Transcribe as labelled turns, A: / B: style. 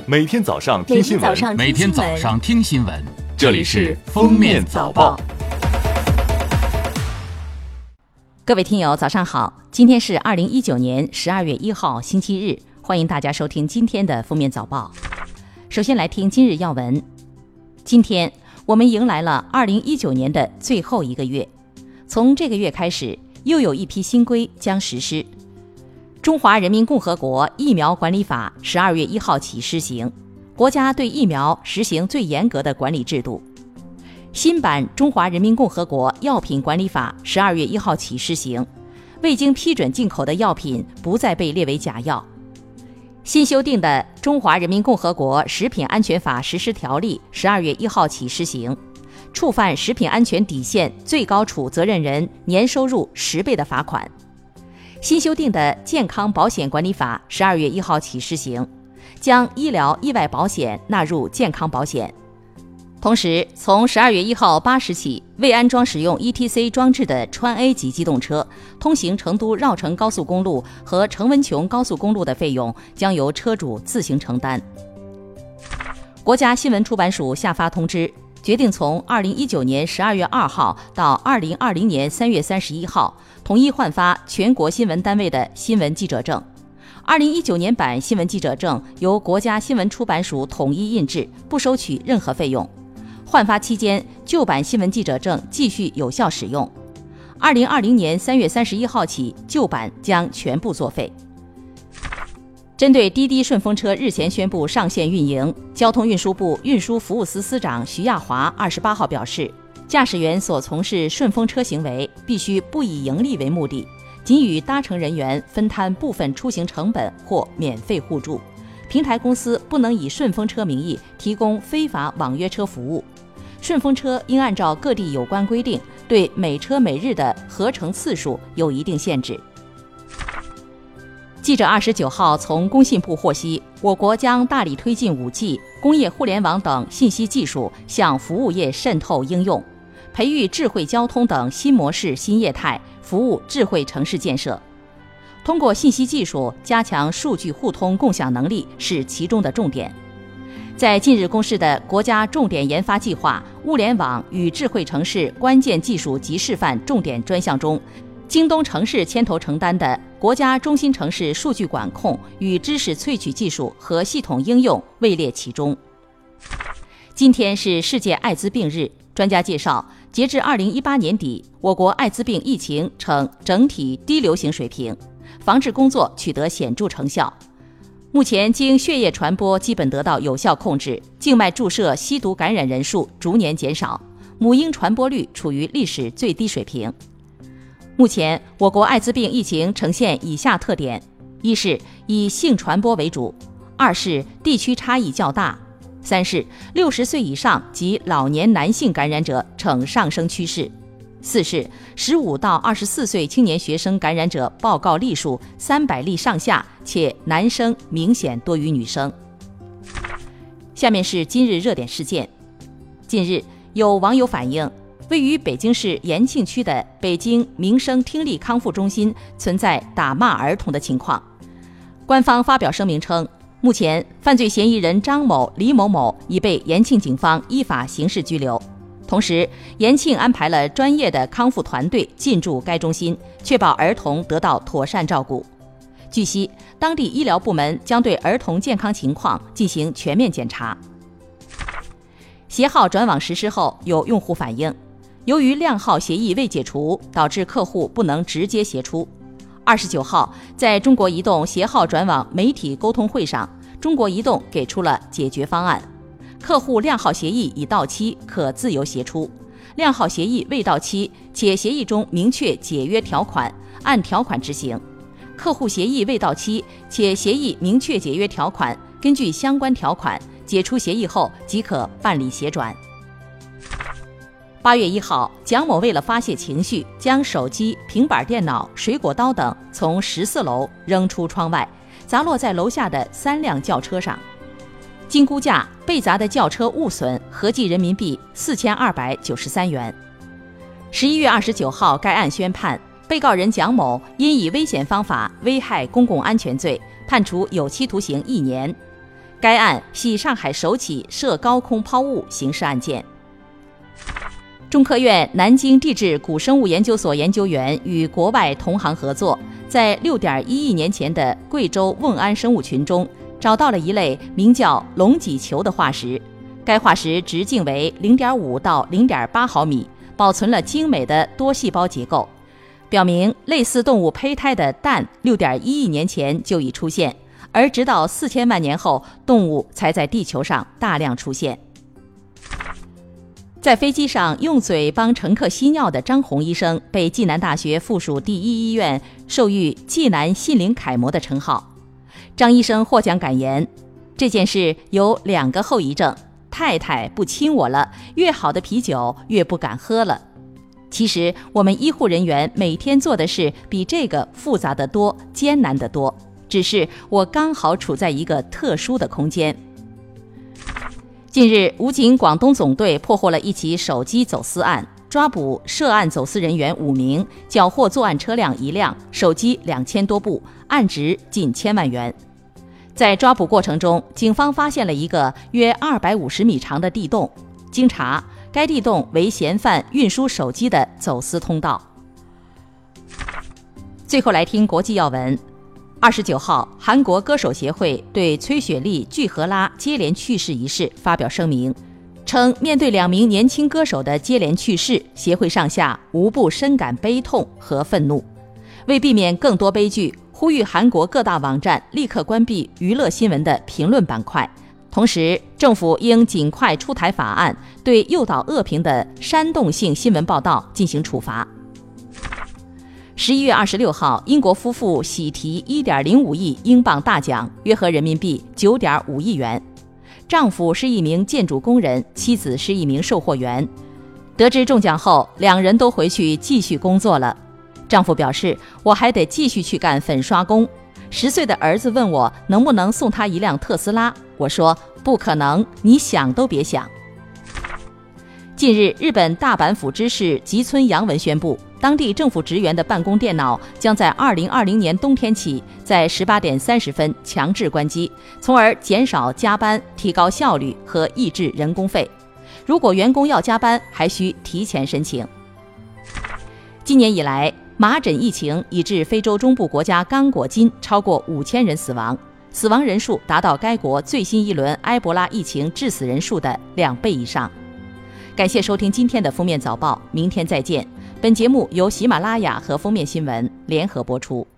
A: 每天早上听新闻，
B: 每天早上听新闻，
A: 这里是封面早报。
C: 各位听友早上好，今天是2019年12月1号星期日，欢迎大家收听今天的封面早报。首先来听今日要闻。今天我们迎来了2019年的最后一个月，从这个月开始，又有一批新规将实施。中华人民共和国疫苗管理法12月1号起施行，国家对疫苗实行最严格的管理制度。新版中华人民共和国药品管理法12月1号起施行，未经批准进口的药品不再被列为假药。新修订的中华人民共和国食品安全法实施条例12月1号起施行，触犯食品安全底线最高处责任人年收入10倍的罚款。新修订的健康保险管理法12月1号起施行，将医疗意外保险纳入健康保险。同时，从12月1号8时起，未安装使用 ETC 装置的川 A 级机动车通行成都绕城高速公路和成温邛高速公路的费用将由车主自行承担。国家新闻出版署下发通知，决定从2019年12月2号到2020年3月31号统一换发全国新闻单位的新闻记者证。2019年版新闻记者证由国家新闻出版署统一印制，不收取任何费用。换发期间，旧版新闻记者证继续有效使用。2020年3月31号起，旧版将全部作废。针对滴滴顺风车日前宣布上线运营，交通运输部运输服务司司长徐亚华28号表示，驾驶员所从事顺风车行为必须不以盈利为目的，仅与搭乘人员分摊部分出行成本或免费互助。平台公司不能以顺风车名义提供非法网约车服务。顺风车应按照各地有关规定，对每车每日的合乘次数有一定限制。记者29号从工信部获悉，我国将大力推进 5G、工业互联网等信息技术向服务业渗透应用，培育智慧交通等新模式新业态，服务智慧城市建设。通过信息技术加强数据互通共享能力是其中的重点。在近日公示的国家重点研发计划物联网与智慧城市关键技术及示范重点专项中，京东城市牵头承担的国家中心城市数据管控与知识萃取技术和系统应用位列其中。今天是世界艾滋病日，专家介绍，截至2018年底，我国艾滋病疫情呈整体低流行水平，防治工作取得显著成效。目前经血液传播基本得到有效控制，静脉注射吸毒感染人数逐年减少，母婴传播率处于历史最低水平。目前我国艾滋病疫情呈现以下特点：一是以性传播为主，二是地区差异较大，三是60岁以上及老年男性感染者呈上升趋势，四是15到24岁青年学生感染者报告例数300例上下，且男生明显多于女生。下面是今日热点事件。近日，有网友反映，位于北京市延庆区的北京民生听力康复中心存在打骂儿童的情况。官方发表声明称，目前犯罪嫌疑人张某、李某某已被延庆警方依法刑事拘留。同时，延庆安排了专业的康复团队进驻该中心，确保儿童得到妥善照顾。据悉，当地医疗部门将对儿童健康情况进行全面检查。携号转网实施后，有用户反映，由于靓号协议未解除，导致客户不能直接携出。29号，在中国移动携号转网媒体沟通会上，中国移动给出了解决方案。客户靓号协议已到期，可自由携出；靓号协议未到期，且协议中明确解约条款，按条款执行；客户协议未到期，且协议明确解约条款，根据相关条款解除协议后即可办理协转。8月1号，蒋某为了发泄情绪，将手机、平板电脑、水果刀等从14楼扔出窗外，砸落在楼下的3辆轿车上。经估价，被砸的轿车物损合计人民币4293元。11月29号，该案宣判，被告人蒋某因以危险方法危害公共安全罪，判处有期徒刑1年。 该案系上海首起涉高空抛物刑事案件。中科院南京地质古生物研究所研究员与国外同行合作，在6.1亿年前的贵州瓮安生物群中找到了一类名叫龙脊球的化石，该化石直径为 0.5 到 0.8 毫米，保存了精美的多细胞结构，表明类似动物胚胎的蛋6.1亿年前就已出现，而直到4000万年后，动物才在地球上大量出现。在飞机上用嘴帮乘客吸尿的张红医生被暨南大学附属第一医院授予暨南心灵楷模的称号。张医生获奖感言：这件事有2个后遗症，太太不亲我了，越好的啤酒越不敢喝了。其实我们医护人员每天做的事比这个复杂得多，艰难得多，只是我刚好处在一个特殊的空间。近日，武警广东总队破获了一起手机走私案，抓捕涉案走私人员5名，缴获作案车辆1辆，手机2000多部，案值近1000万元。在抓捕过程中，警方发现了一个约250米长的地洞，经查，该地洞为嫌犯运输手机的走私通道。最后来听国际要闻。29号，韩国歌手协会对崔雪莉、具荷拉接连去世一事发表声明，称面对2名年轻歌手的接连去世，协会上下无不深感悲痛和愤怒。为避免更多悲剧，呼吁韩国各大网站立刻关闭娱乐新闻的评论板块，同时政府应尽快出台法案，对诱导恶评的煽动性新闻报道进行处罚。11月26号，英国夫妇喜提 1.05 亿英镑大奖，约合人民币 9.5 亿元。丈夫是一名建筑工人，妻子是一名售货员。得知中奖后，2人都回去继续工作了。丈夫表示，我还得继续去干粉刷工。10岁的儿子问我能不能送他一辆特斯拉，我说不可能，你想都别想。近日，日本大阪府知事吉村洋文宣布，当地政府职员的办公电脑将在2020年冬天起在18点30分强制关机，从而减少加班，提高效率和抑制人工费。如果员工要加班，还需提前申请。今年以来，麻疹疫情已致非洲中部国家刚果金超过5000人死亡，死亡人数达到该国最新一轮埃博拉疫情致死人数的2倍以上。感谢收听今天的封面早报，明天再见。本节目由喜马拉雅和封面新闻联合播出。